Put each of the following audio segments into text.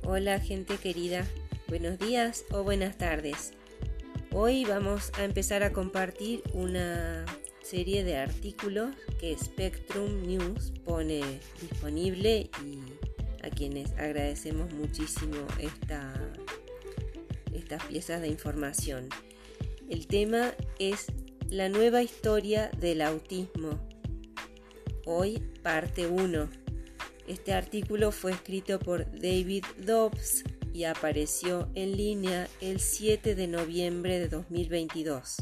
Hola gente querida, buenos días o buenas tardes. Hoy vamos a empezar a compartir una serie de artículos que Spectrum News pone disponible y a quienes agradecemos muchísimo estas piezas de información. El tema es la nueva historia del autismo. Hoy parte 1. Este artículo fue escrito por David Dobbs y apareció en línea el 7 de noviembre de 2022.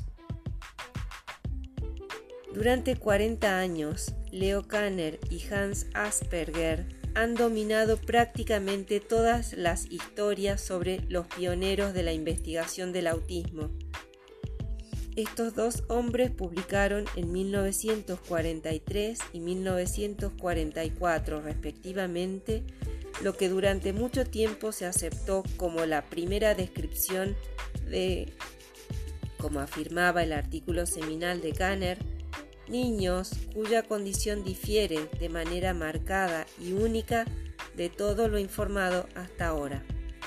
Durante 40 años, Leo Kanner y Hans Asperger han dominado prácticamente todas las historias sobre los pioneros de la investigación del autismo. Estos dos hombres publicaron en 1943 y 1944, respectivamente, lo que durante mucho tiempo se aceptó como la primera descripción de, como afirmaba el artículo seminal de Kanner, niños cuya condición difiere de manera marcada y única de todo lo informado hasta ahora.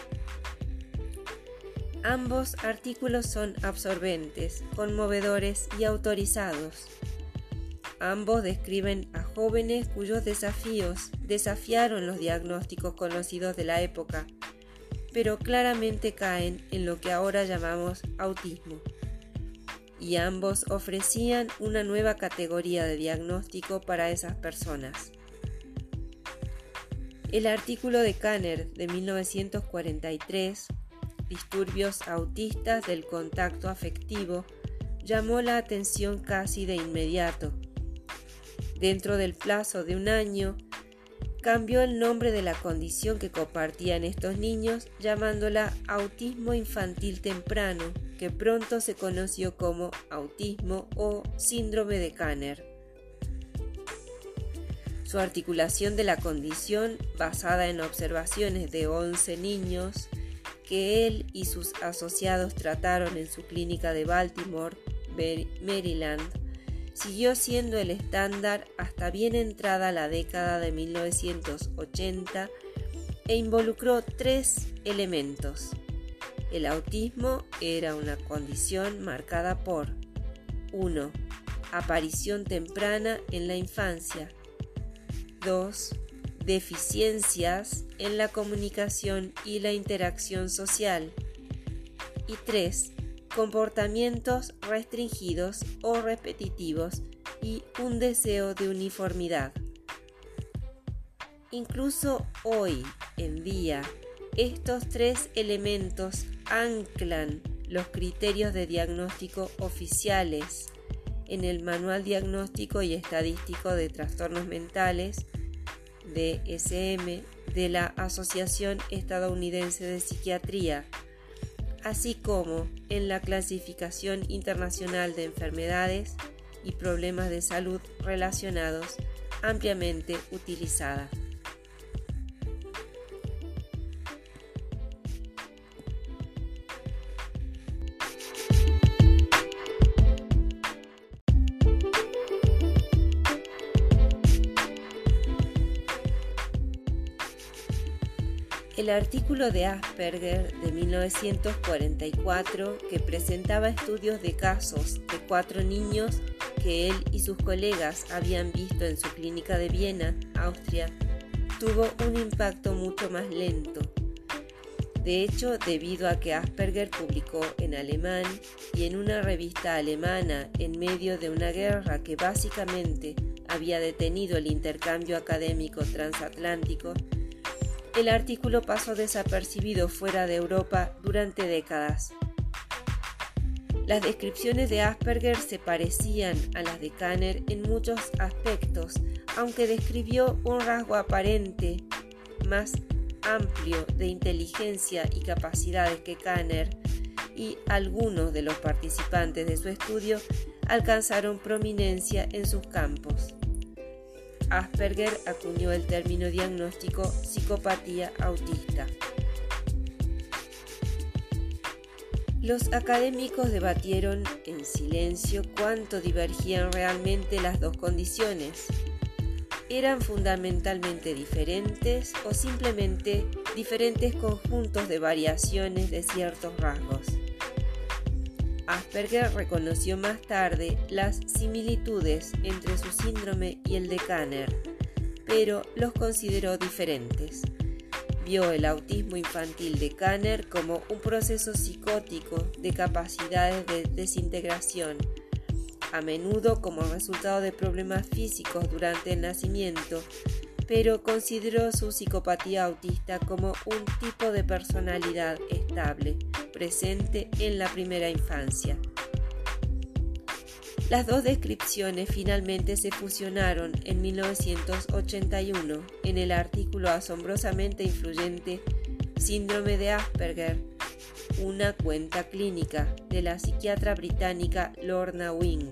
Ambos artículos son absorbentes, conmovedores y autorizados. Ambos describen a jóvenes cuyos desafíos desafiaron los diagnósticos conocidos de la época, pero claramente caen en lo que ahora llamamos autismo. Y ambos ofrecían una nueva categoría de diagnóstico para esas personas. El artículo de Kanner de 1943, Disturbios autistas del contacto afectivo, llamó la atención casi de inmediato. Dentro del plazo de un año, cambió el nombre de la condición que compartían estos niños, llamándola autismo infantil temprano, que pronto se conoció como autismo o síndrome de Kanner. Su articulación de la condición, basada en observaciones de 11 niños, que él y sus asociados trataron en su clínica de Baltimore, Maryland, siguió siendo el estándar hasta bien entrada la década de 1980 e involucró 3 elementos. El autismo era una condición marcada por 1. Aparición temprana en la infancia. 2. Deficiencias en la comunicación y la interacción social. Y 3. Comportamientos restringidos o repetitivos y un deseo de uniformidad. Incluso hoy en día, estos 3 elementos anclan los criterios de diagnóstico oficiales en el Manual Diagnóstico y Estadístico de Trastornos Mentales DSM de la Asociación Estadounidense de Psiquiatría, así como en la Clasificación Internacional de Enfermedades y Problemas de Salud Relacionados, ampliamente utilizada. El artículo de Asperger de 1944, que presentaba estudios de casos de 4 niños que él y sus colegas habían visto en su clínica de Viena, Austria, tuvo un impacto mucho más lento. De hecho, debido a que Asperger publicó en alemán y en una revista alemana en medio de una guerra que básicamente había detenido el intercambio académico transatlántico, el artículo pasó desapercibido fuera de Europa durante décadas. Las descripciones de Asperger se parecían a las de Kanner en muchos aspectos, aunque describió un rasgo aparente más amplio de inteligencia y capacidades que Kanner, y algunos de los participantes de su estudio alcanzaron prominencia en sus campos. Asperger acuñó el término diagnóstico psicopatía autista. Los académicos debatieron en silencio cuánto divergían realmente las dos condiciones. ¿Eran fundamentalmente diferentes o simplemente diferentes conjuntos de variaciones de ciertos rasgos. Asperger reconoció más tarde las similitudes entre su síndrome y el de Kanner, pero los consideró diferentes. Vio el autismo infantil de Kanner como un proceso psicótico de capacidades de desintegración, a menudo como resultado de problemas físicos durante el nacimiento, pero consideró su psicopatía autista como un tipo de personalidad estable, presente en la primera infancia. Las dos descripciones finalmente se fusionaron en 1981 en el artículo asombrosamente influyente Síndrome de Asperger, una cuenta clínica de la psiquiatra británica Lorna Wing.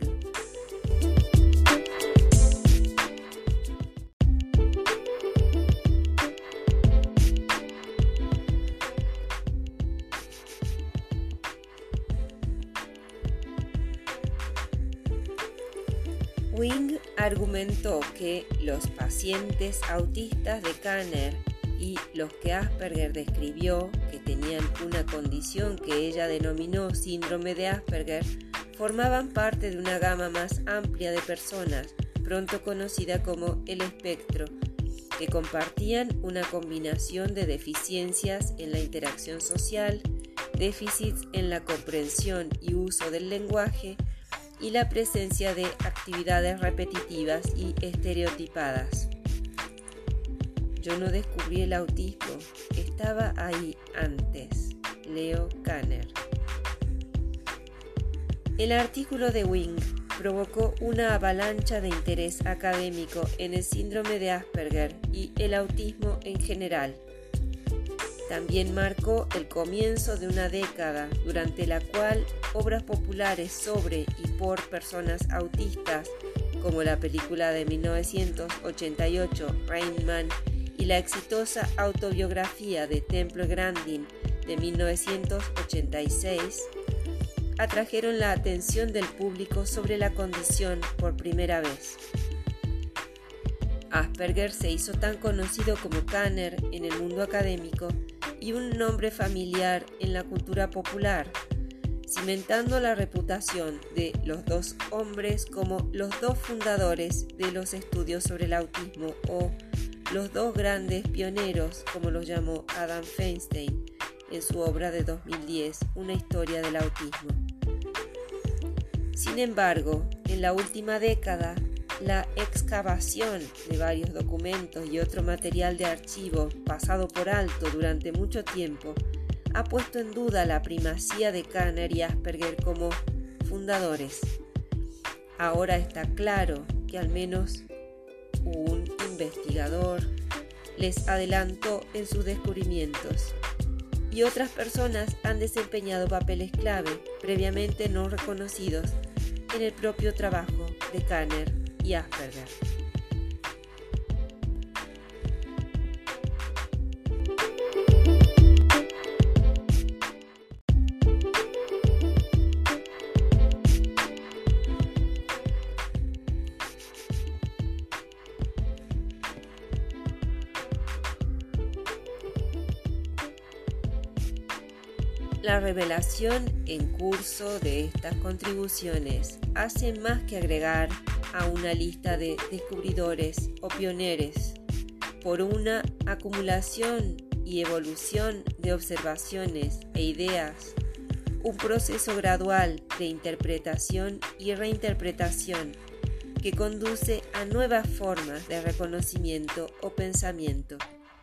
Wing argumentó que los pacientes autistas de Kanner y los que Asperger describió, que tenían una condición que ella denominó síndrome de Asperger, formaban parte de una gama más amplia de personas, pronto conocida como el espectro, que compartían una combinación de deficiencias en la interacción social, déficits en la comprensión y uso del lenguaje, y la presencia de actividades repetitivas y estereotipadas. Yo no descubrí el autismo, estaba ahí antes. Leo Kanner. El artículo de Wing provocó una avalancha de interés académico en el síndrome de Asperger y el autismo en general. También marcó el comienzo de una década durante la cual obras populares sobre y por personas autistas, como la película de 1988 Rain Man y la exitosa autobiografía de Temple Grandin de 1986, atrajeron la atención del público sobre la condición por primera vez. Asperger se hizo tan conocido como Kanner en el mundo académico y un nombre familiar en la cultura popular, cimentando la reputación de los dos hombres como los dos fundadores de los estudios sobre el autismo o los dos grandes pioneros, como los llamó Adam Feinstein en su obra de 2010, Una historia del autismo. Sin embargo, en la última década, la excavación de varios documentos y otro material de archivo pasado por alto durante mucho tiempo ha puesto en duda la primacía de Kanner y Asperger como fundadores. Ahora está claro que al menos un investigador les adelantó en sus descubrimientos y otras personas han desempeñado papeles clave previamente no reconocidos en el propio trabajo de Kanner y Asperger. La revelación en curso de estas contribuciones hace más que agregar a una lista de descubridores o pioneros por una acumulación y evolución de observaciones e ideas, un proceso gradual de interpretación y reinterpretación que conduce a nuevas formas de reconocimiento o pensamiento.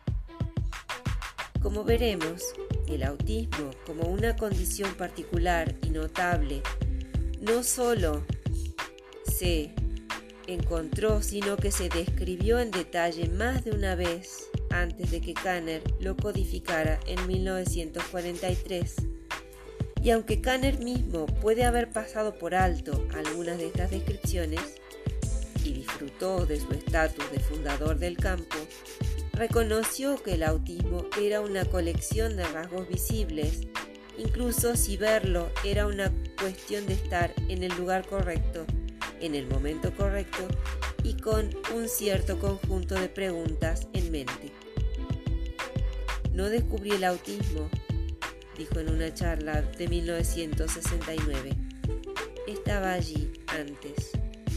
Como veremos, el autismo como una condición particular y notable no solo se encontró, sino que se describió en detalle más de una vez antes de que Kanner lo codificara en 1943. Y aunque Kanner mismo puede haber pasado por alto algunas de estas descripciones y disfrutó de su estatus de fundador del campo, reconoció que el autismo era una colección de rasgos visibles, incluso si verlo era una cuestión de estar en el lugar correcto, en el momento correcto y con un cierto conjunto de preguntas en mente. No descubrí el autismo, dijo en una charla de 1969. Estaba allí antes.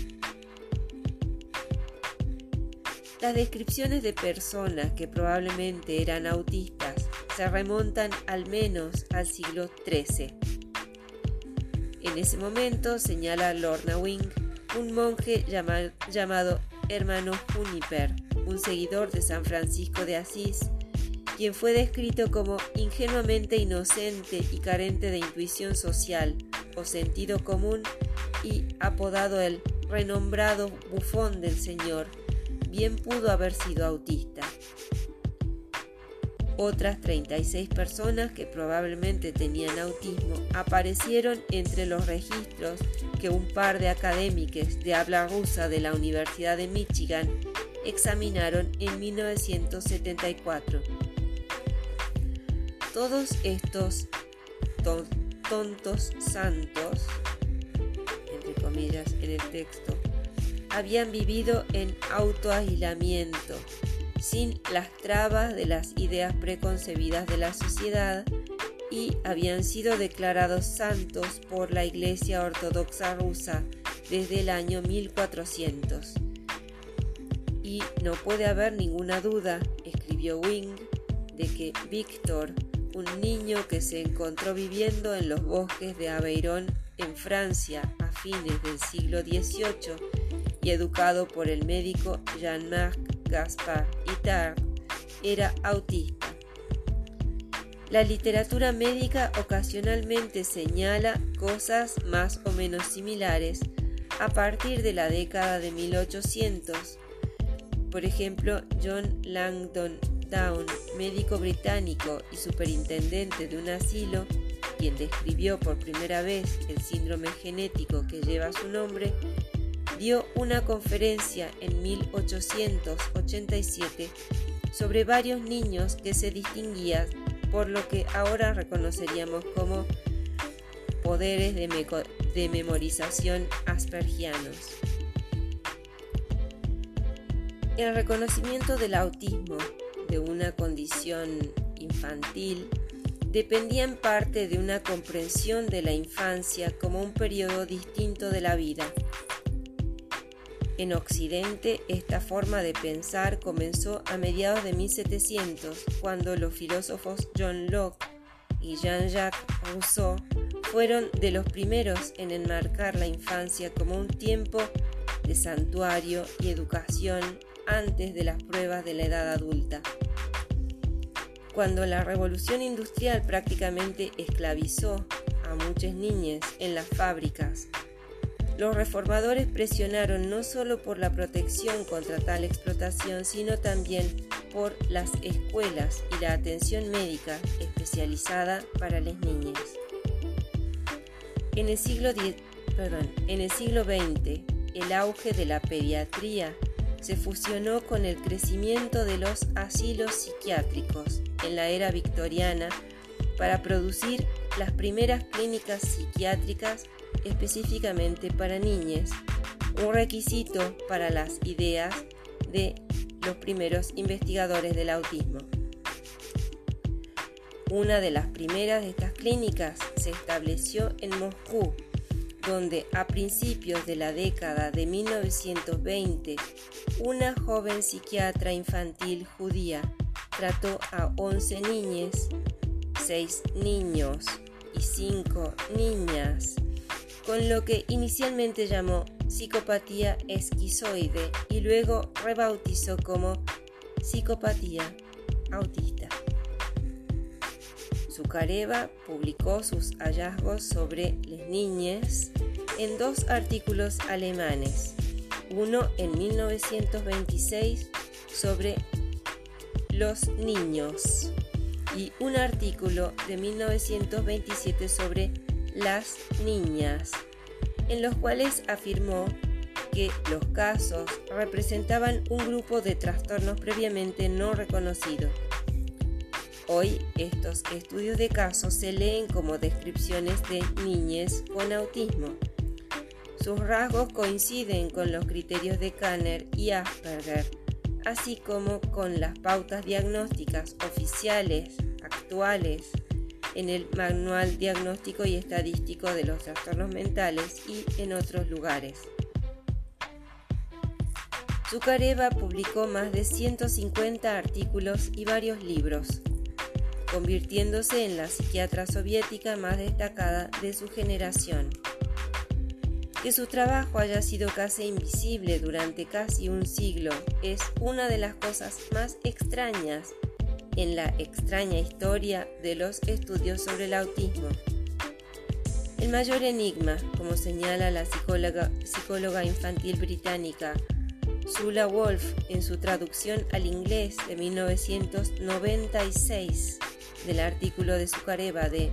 Las descripciones de personas que probablemente eran autistas se remontan al menos al siglo XIII. En ese momento, señala Lorna Wing, un monje llamado Hermano Juniper, un seguidor de San Francisco de Asís, quien fue descrito como ingenuamente inocente y carente de intuición social o sentido común y apodado el renombrado bufón del Señor, bien pudo haber sido autista. Otras 36 personas que probablemente tenían autismo aparecieron entre los registros que un par de académicos de habla rusa de la Universidad de Michigan examinaron en 1974. Todos estos tontos santos, entre comillas en el texto, habían vivido en autoaislamiento, sin las trabas de las ideas preconcebidas de la sociedad, y habían sido declarados santos por la Iglesia Ortodoxa rusa desde el año 1400. Y no puede haber ninguna duda, escribió Wing, de que Víctor, un niño que se encontró viviendo en los bosques de Aveyron en Francia a fines del siglo XVIII y educado por el médico Jean-Marc Gaspard Itard, era autista. La literatura médica ocasionalmente señala cosas más o menos similares a partir de la década de 1800. Por ejemplo, John Langdon Down, médico británico y superintendente de un asilo, quien describió por primera vez el síndrome genético que lleva su nombre, dio una conferencia en 1887 sobre varios niños que se distinguían por lo que ahora reconoceríamos como poderes de memorización aspergianos. El reconocimiento del autismo de una condición infantil dependía en parte de una comprensión de la infancia como un periodo distinto de la vida. En Occidente, esta forma de pensar comenzó a mediados de 1700, cuando los filósofos John Locke y Jean-Jacques Rousseau fueron de los primeros en enmarcar la infancia como un tiempo de santuario y educación antes de las pruebas de la edad adulta. Cuando la revolución industrial prácticamente esclavizó a muchas niñas en las fábricas, los reformadores presionaron no solo por la protección contra tal explotación, sino también por las escuelas y la atención médica especializada para las niñas. En el siglo XX, el auge de la pediatría se fusionó con el crecimiento de los asilos psiquiátricos en la era victoriana para producir las primeras clínicas psiquiátricas específicamente para niñas, un requisito para las ideas de los primeros investigadores del autismo. Una de las primeras de estas clínicas se estableció en Moscú, donde a principios de la década de 1920, una joven psiquiatra infantil judía trató a 11 niñas, 6 niños y 5 niñas, con lo que inicialmente llamó psicopatía esquizoide y luego rebautizó como psicopatía autista. Zuccareva publicó sus hallazgos sobre las niñas en 2 artículos alemanes, uno en 1926 sobre los niños y un artículo de 1927 sobre las niñas, en los cuales afirmó que los casos representaban un grupo de trastornos previamente no reconocidos. Hoy estos estudios de casos se leen como descripciones de niñas con autismo. Sus rasgos coinciden con los criterios de Kanner y Asperger, así como con las pautas diagnósticas oficiales actuales en el Manual Diagnóstico y Estadístico de los Trastornos Mentales y en otros lugares. Zuccareva publicó más de 150 artículos y varios libros, convirtiéndose en la psiquiatra soviética más destacada de su generación. Que su trabajo haya sido casi invisible durante casi un siglo es una de las cosas más extrañas en la extraña historia de los estudios sobre el autismo. El mayor enigma, como señala la psicóloga infantil británica Sula Wolf en su traducción al inglés de 1996 del artículo de Zuccareva de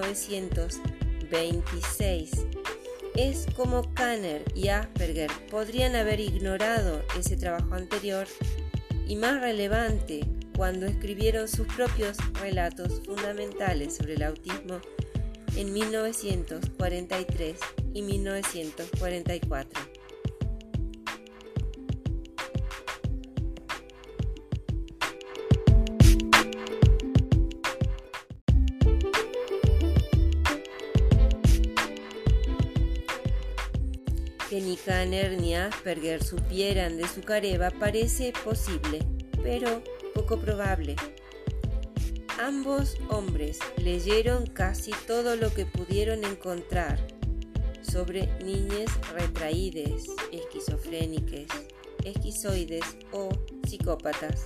1926, es cómo Kanner y Asperger podrían haber ignorado ese trabajo anterior y más relevante cuando escribieron sus propios relatos fundamentales sobre el autismo en 1943 y 1944. Que ni Kanner ni Asperger supieran de Zuccareva parece posible, pero poco probable. Ambos hombres leyeron casi todo lo que pudieron encontrar sobre niñas retraídas, esquizofrénicas, esquizoides o psicópatas.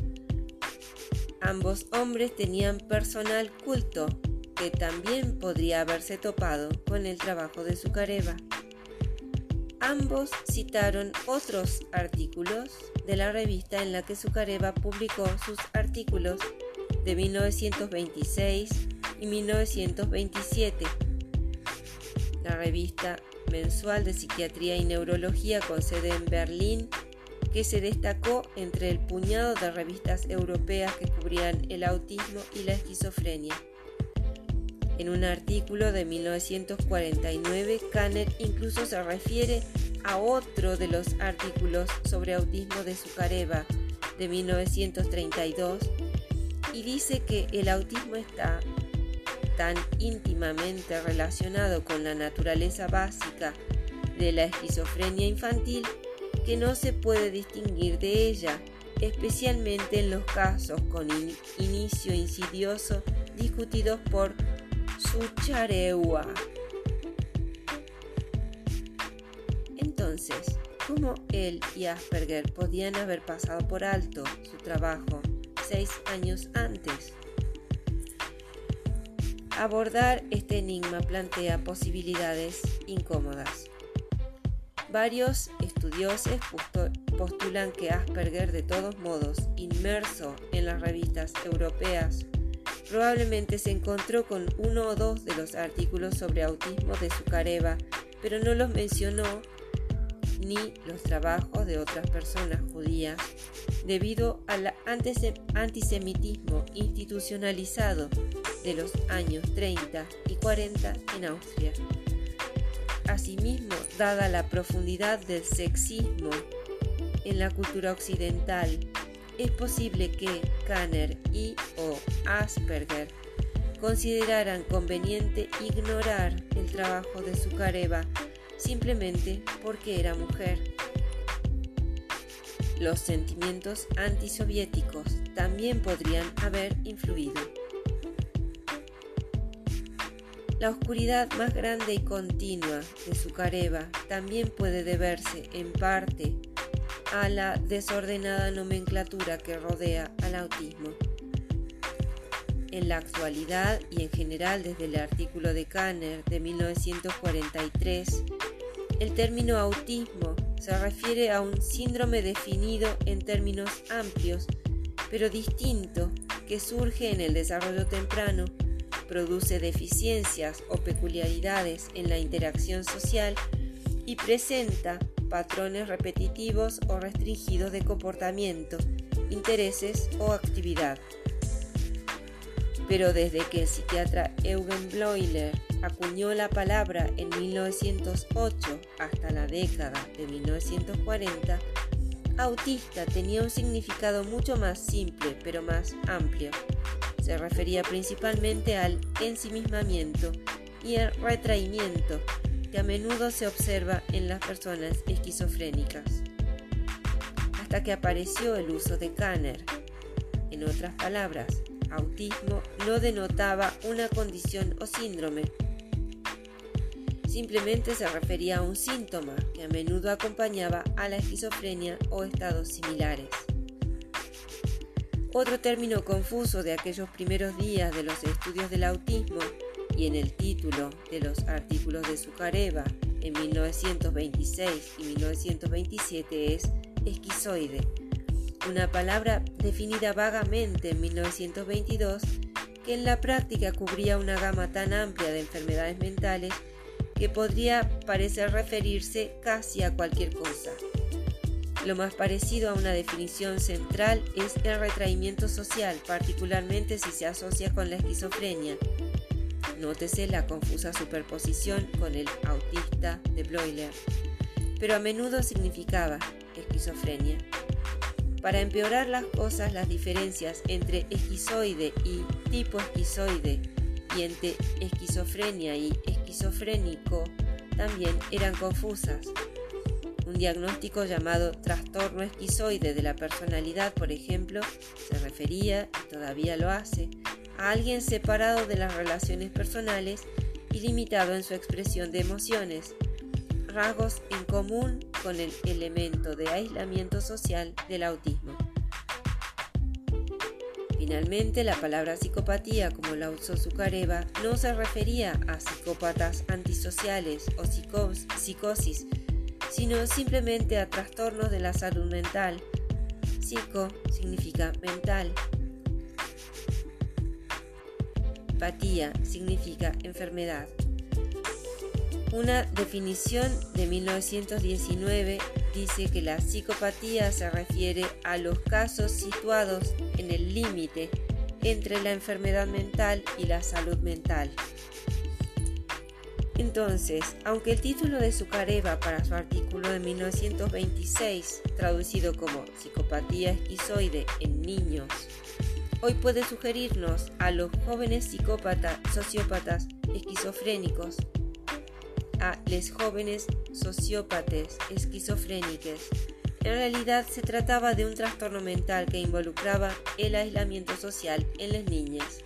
Ambos hombres tenían personal culto que también podría haberse topado con el trabajo de Zuccareva. Ambos citaron otros artículos de la revista en la que Zuccareva publicó sus artículos de 1926 y 1927, la revista mensual de psiquiatría y neurología con sede en Berlín, que se destacó entre el puñado de revistas europeas que cubrían el autismo y la esquizofrenia. En un artículo de 1949, Kanner incluso se refiere a otro de los artículos sobre autismo de Zuccareva de 1932 y dice que el autismo está tan íntimamente relacionado con la naturaleza básica de la esquizofrenia infantil que no se puede distinguir de ella, especialmente en los casos con inicio insidioso discutidos por Zuccareva. Entonces, ¿cómo él y Asperger podían haber pasado por alto su trabajo 6 años antes? Abordar este enigma plantea posibilidades incómodas. Varios estudiosos postulan que Asperger, de todos modos, inmerso en las revistas europeas, probablemente se encontró con uno o dos de los artículos sobre autismo de Zuccareva, pero no los mencionó ni los trabajos de otras personas judías, debido al antisemitismo institucionalizado de los años 30 y 40 en Austria. Asimismo, dada la profundidad del sexismo en la cultura occidental, es posible que Kanner y o Asperger consideraran conveniente ignorar el trabajo de Zuccareva simplemente porque era mujer. Los sentimientos antisoviéticos también podrían haber influido. La oscuridad más grande y continua de Zuccareva también puede deberse, en parte, a la desordenada nomenclatura que rodea al autismo. En la actualidad y en general desde el artículo de Kanner de 1943, el término autismo se refiere a un síndrome definido en términos amplios, pero distinto, que surge en el desarrollo temprano, produce deficiencias o peculiaridades en la interacción social y presenta patrones repetitivos o restringidos de comportamiento, intereses o actividad. Pero desde que el psiquiatra Eugen Bleuler acuñó la palabra en 1908 hasta la década de 1940, autista tenía un significado mucho más simple, pero más amplio. Se refería principalmente al ensimismamiento y el retraimiento que a menudo se observa en las personas esquizofrénicas, hasta que apareció el uso de Kanner. En otras palabras, autismo no denotaba una condición o síndrome, simplemente se refería a un síntoma que a menudo acompañaba a la esquizofrenia o estados similares. Otro término confuso de aquellos primeros días de los estudios del autismo y en el título de los artículos de Zuccareva en 1926 y 1927 es esquizoide, una palabra definida vagamente en 1922 que en la práctica cubría una gama tan amplia de enfermedades mentales que podría parecer referirse casi a cualquier cosa. Lo más parecido a una definición central es el retraimiento social, particularmente si se asocia con la esquizofrenia. Nótese la confusa superposición con el autista de Bleuler, pero a menudo significaba esquizofrenia. Para empeorar las cosas, las diferencias entre esquizoide y tipo esquizoide y entre esquizofrenia y esquizofrénico también eran confusas. Un diagnóstico llamado trastorno esquizoide de la personalidad, por ejemplo, se refería, y todavía lo hace, a alguien separado de las relaciones personales y limitado en su expresión de emociones, rasgos en común con el elemento de aislamiento social del autismo. Finalmente, la palabra psicopatía, como la usó Zuccareva, no se refería a psicópatas antisociales o psicosis, sino simplemente a trastornos de la salud mental. Psico significa mental. Patía significa enfermedad. Una definición de 1919 dice que la psicopatía se refiere a los casos situados en el límite entre la enfermedad mental y la salud mental. Entonces, aunque el título de Zuccareva para su artículo de 1926, traducido como psicopatía esquizoide en niños, hoy puede sugerirnos a los jóvenes sociópatas esquizofrénicos, a les jóvenes sociópates esquizofréniques. En realidad se trataba de un trastorno mental que involucraba el aislamiento social en las niñas.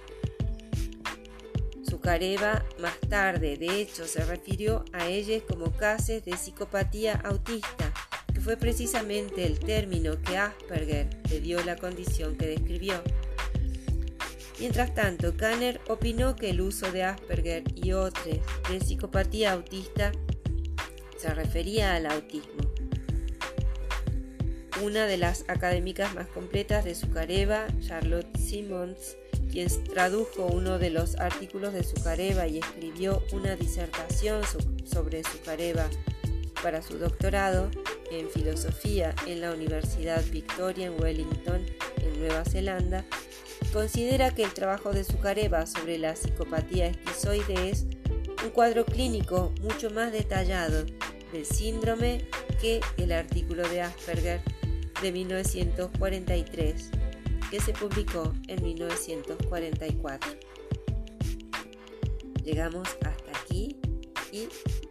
Zuccareva más tarde, de hecho, se refirió a ellas como casos de psicopatía autista, que fue precisamente el término que Asperger le dio la condición que describió. Mientras tanto, Kanner opinó que el uso de Asperger y otros de psicopatía autista se refería al autismo. Una de las académicas más completas de Zuccareva, Charlotte Simmons, quien tradujo uno de los artículos de Zuccareva y escribió una disertación sobre Zuccareva para su doctorado en filosofía en la Universidad Victoria en Wellington, en Nueva Zelanda, considera que el trabajo de Zuccareva sobre la psicopatía esquizoide es un cuadro clínico mucho más detallado del síndrome que el artículo de Asperger de 1943, que se publicó en 1944. Llegamos hasta aquí y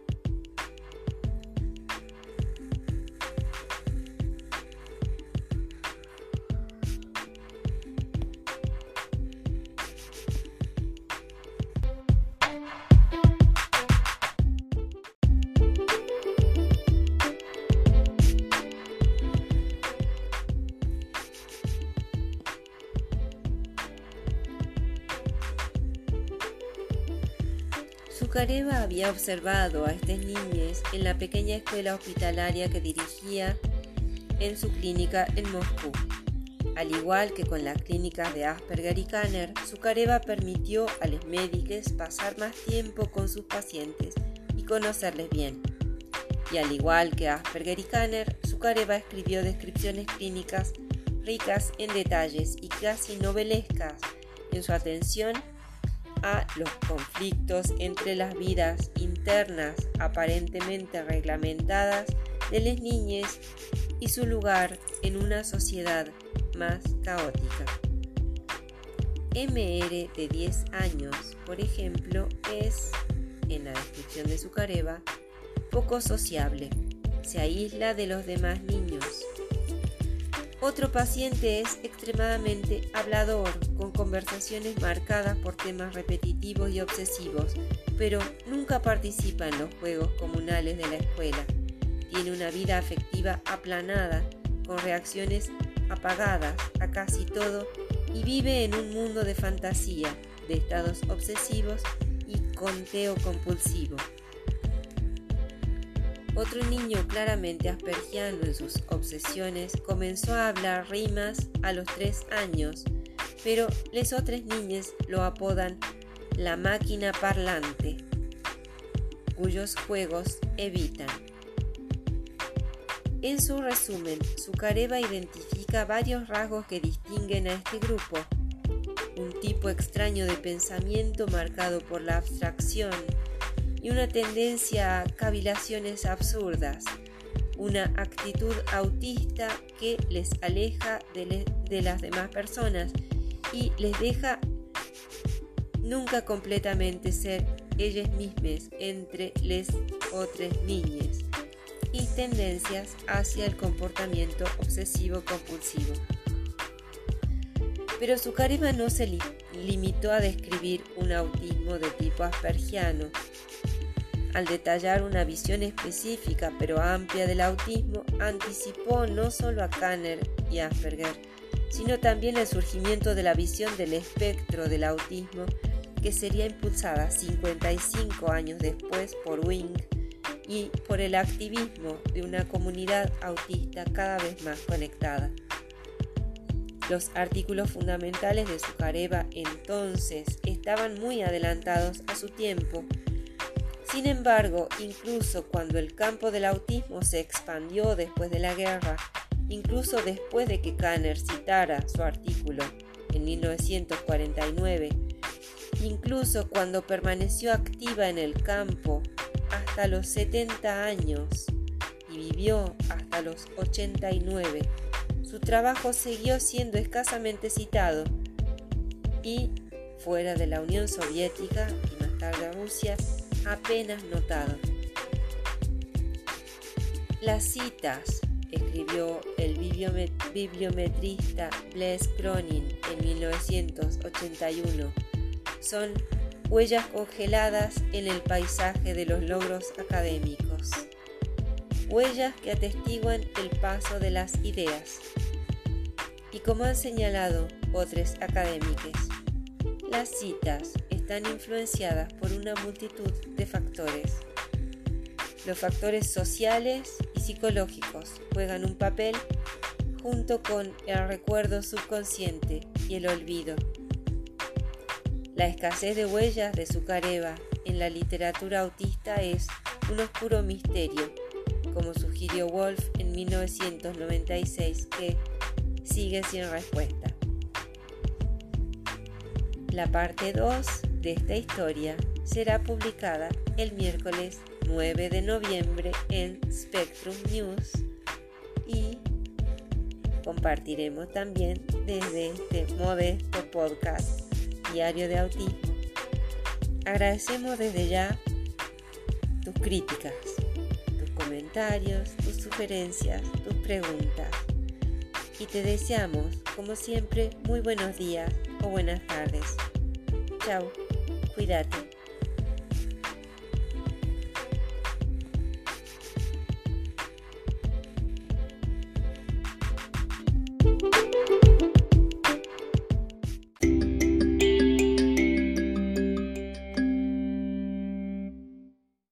Zuccareva había observado a estas niñas en la pequeña escuela hospitalaria que dirigía en su clínica en Moscú. Al igual que con las clínicas de Asperger y Kanner, Zuccareva permitió a los médicos pasar más tiempo con sus pacientes y conocerles bien. Y al igual que Asperger y Kanner, Zuccareva escribió descripciones clínicas ricas en detalles y casi novelescas en su atención a los conflictos entre las vidas internas aparentemente reglamentadas de las niñas y su lugar en una sociedad más caótica. MR, de 10 años, por ejemplo, es, en la descripción de Zuccareva, poco sociable, se aísla de los demás niños. Otro paciente es extremadamente hablador, con conversaciones marcadas por temas repetitivos y obsesivos, pero nunca participa en los juegos comunales de la escuela. Tiene una vida afectiva aplanada, con reacciones apagadas a casi todo y vive en un mundo de fantasía, de estados obsesivos y conteo compulsivo. Otro niño claramente aspergiano en sus obsesiones comenzó a hablar rimas a los 3 años, pero les otros niños lo apodan la máquina parlante, cuyos juegos evitan. En su resumen, Zuccareva identifica varios rasgos que distinguen a este grupo: un tipo extraño de pensamiento marcado por la abstracción y una tendencia a cavilaciones absurdas, una actitud autista que les aleja de las demás personas y les deja nunca completamente ser ellas mismas entre les otras niñas, y tendencias hacia el comportamiento obsesivo-compulsivo. Pero Zuccareva no se limitó a describir un autismo de tipo aspergiano. Al detallar una visión específica pero amplia del autismo, anticipó no solo a Kanner y Asperger, sino también el surgimiento de la visión del espectro del autismo, que sería impulsada 55 años después por Wing y por el activismo de una comunidad autista cada vez más conectada. Los artículos fundamentales de Zuccareva entonces estaban muy adelantados a su tiempo. Sin embargo, incluso cuando el campo del autismo se expandió después de la guerra, incluso después de que Kanner citara su artículo en 1949, incluso cuando permaneció activa en el campo hasta los 70 años y vivió hasta los 89, su trabajo siguió siendo escasamente citado y, fuera de la Unión Soviética y más tarde Rusia, apenas notado. Las citas, escribió el bibliometrista Blaise Cronin en 1981, son huellas congeladas en el paisaje de los logros académicos, huellas que atestiguan el paso de las ideas. Y como han señalado otros académicos, las citas están influenciadas por una multitud de factores. Los factores sociales y psicológicos juegan un papel junto con el recuerdo subconsciente y el olvido. La escasez de huellas de Zuccareva en la literatura autista es un oscuro misterio, como sugirió Wolf en 1996, que sigue sin respuesta. La parte 2 de esta historia será publicada el miércoles 9 de noviembre en Spectrum News y compartiremos también desde este modesto podcast Diario de Autismo. Agradecemos desde ya tus críticas, tus comentarios, tus sugerencias, tus preguntas y te deseamos, como siempre, muy buenos días o buenas tardes. Chao, cuídate.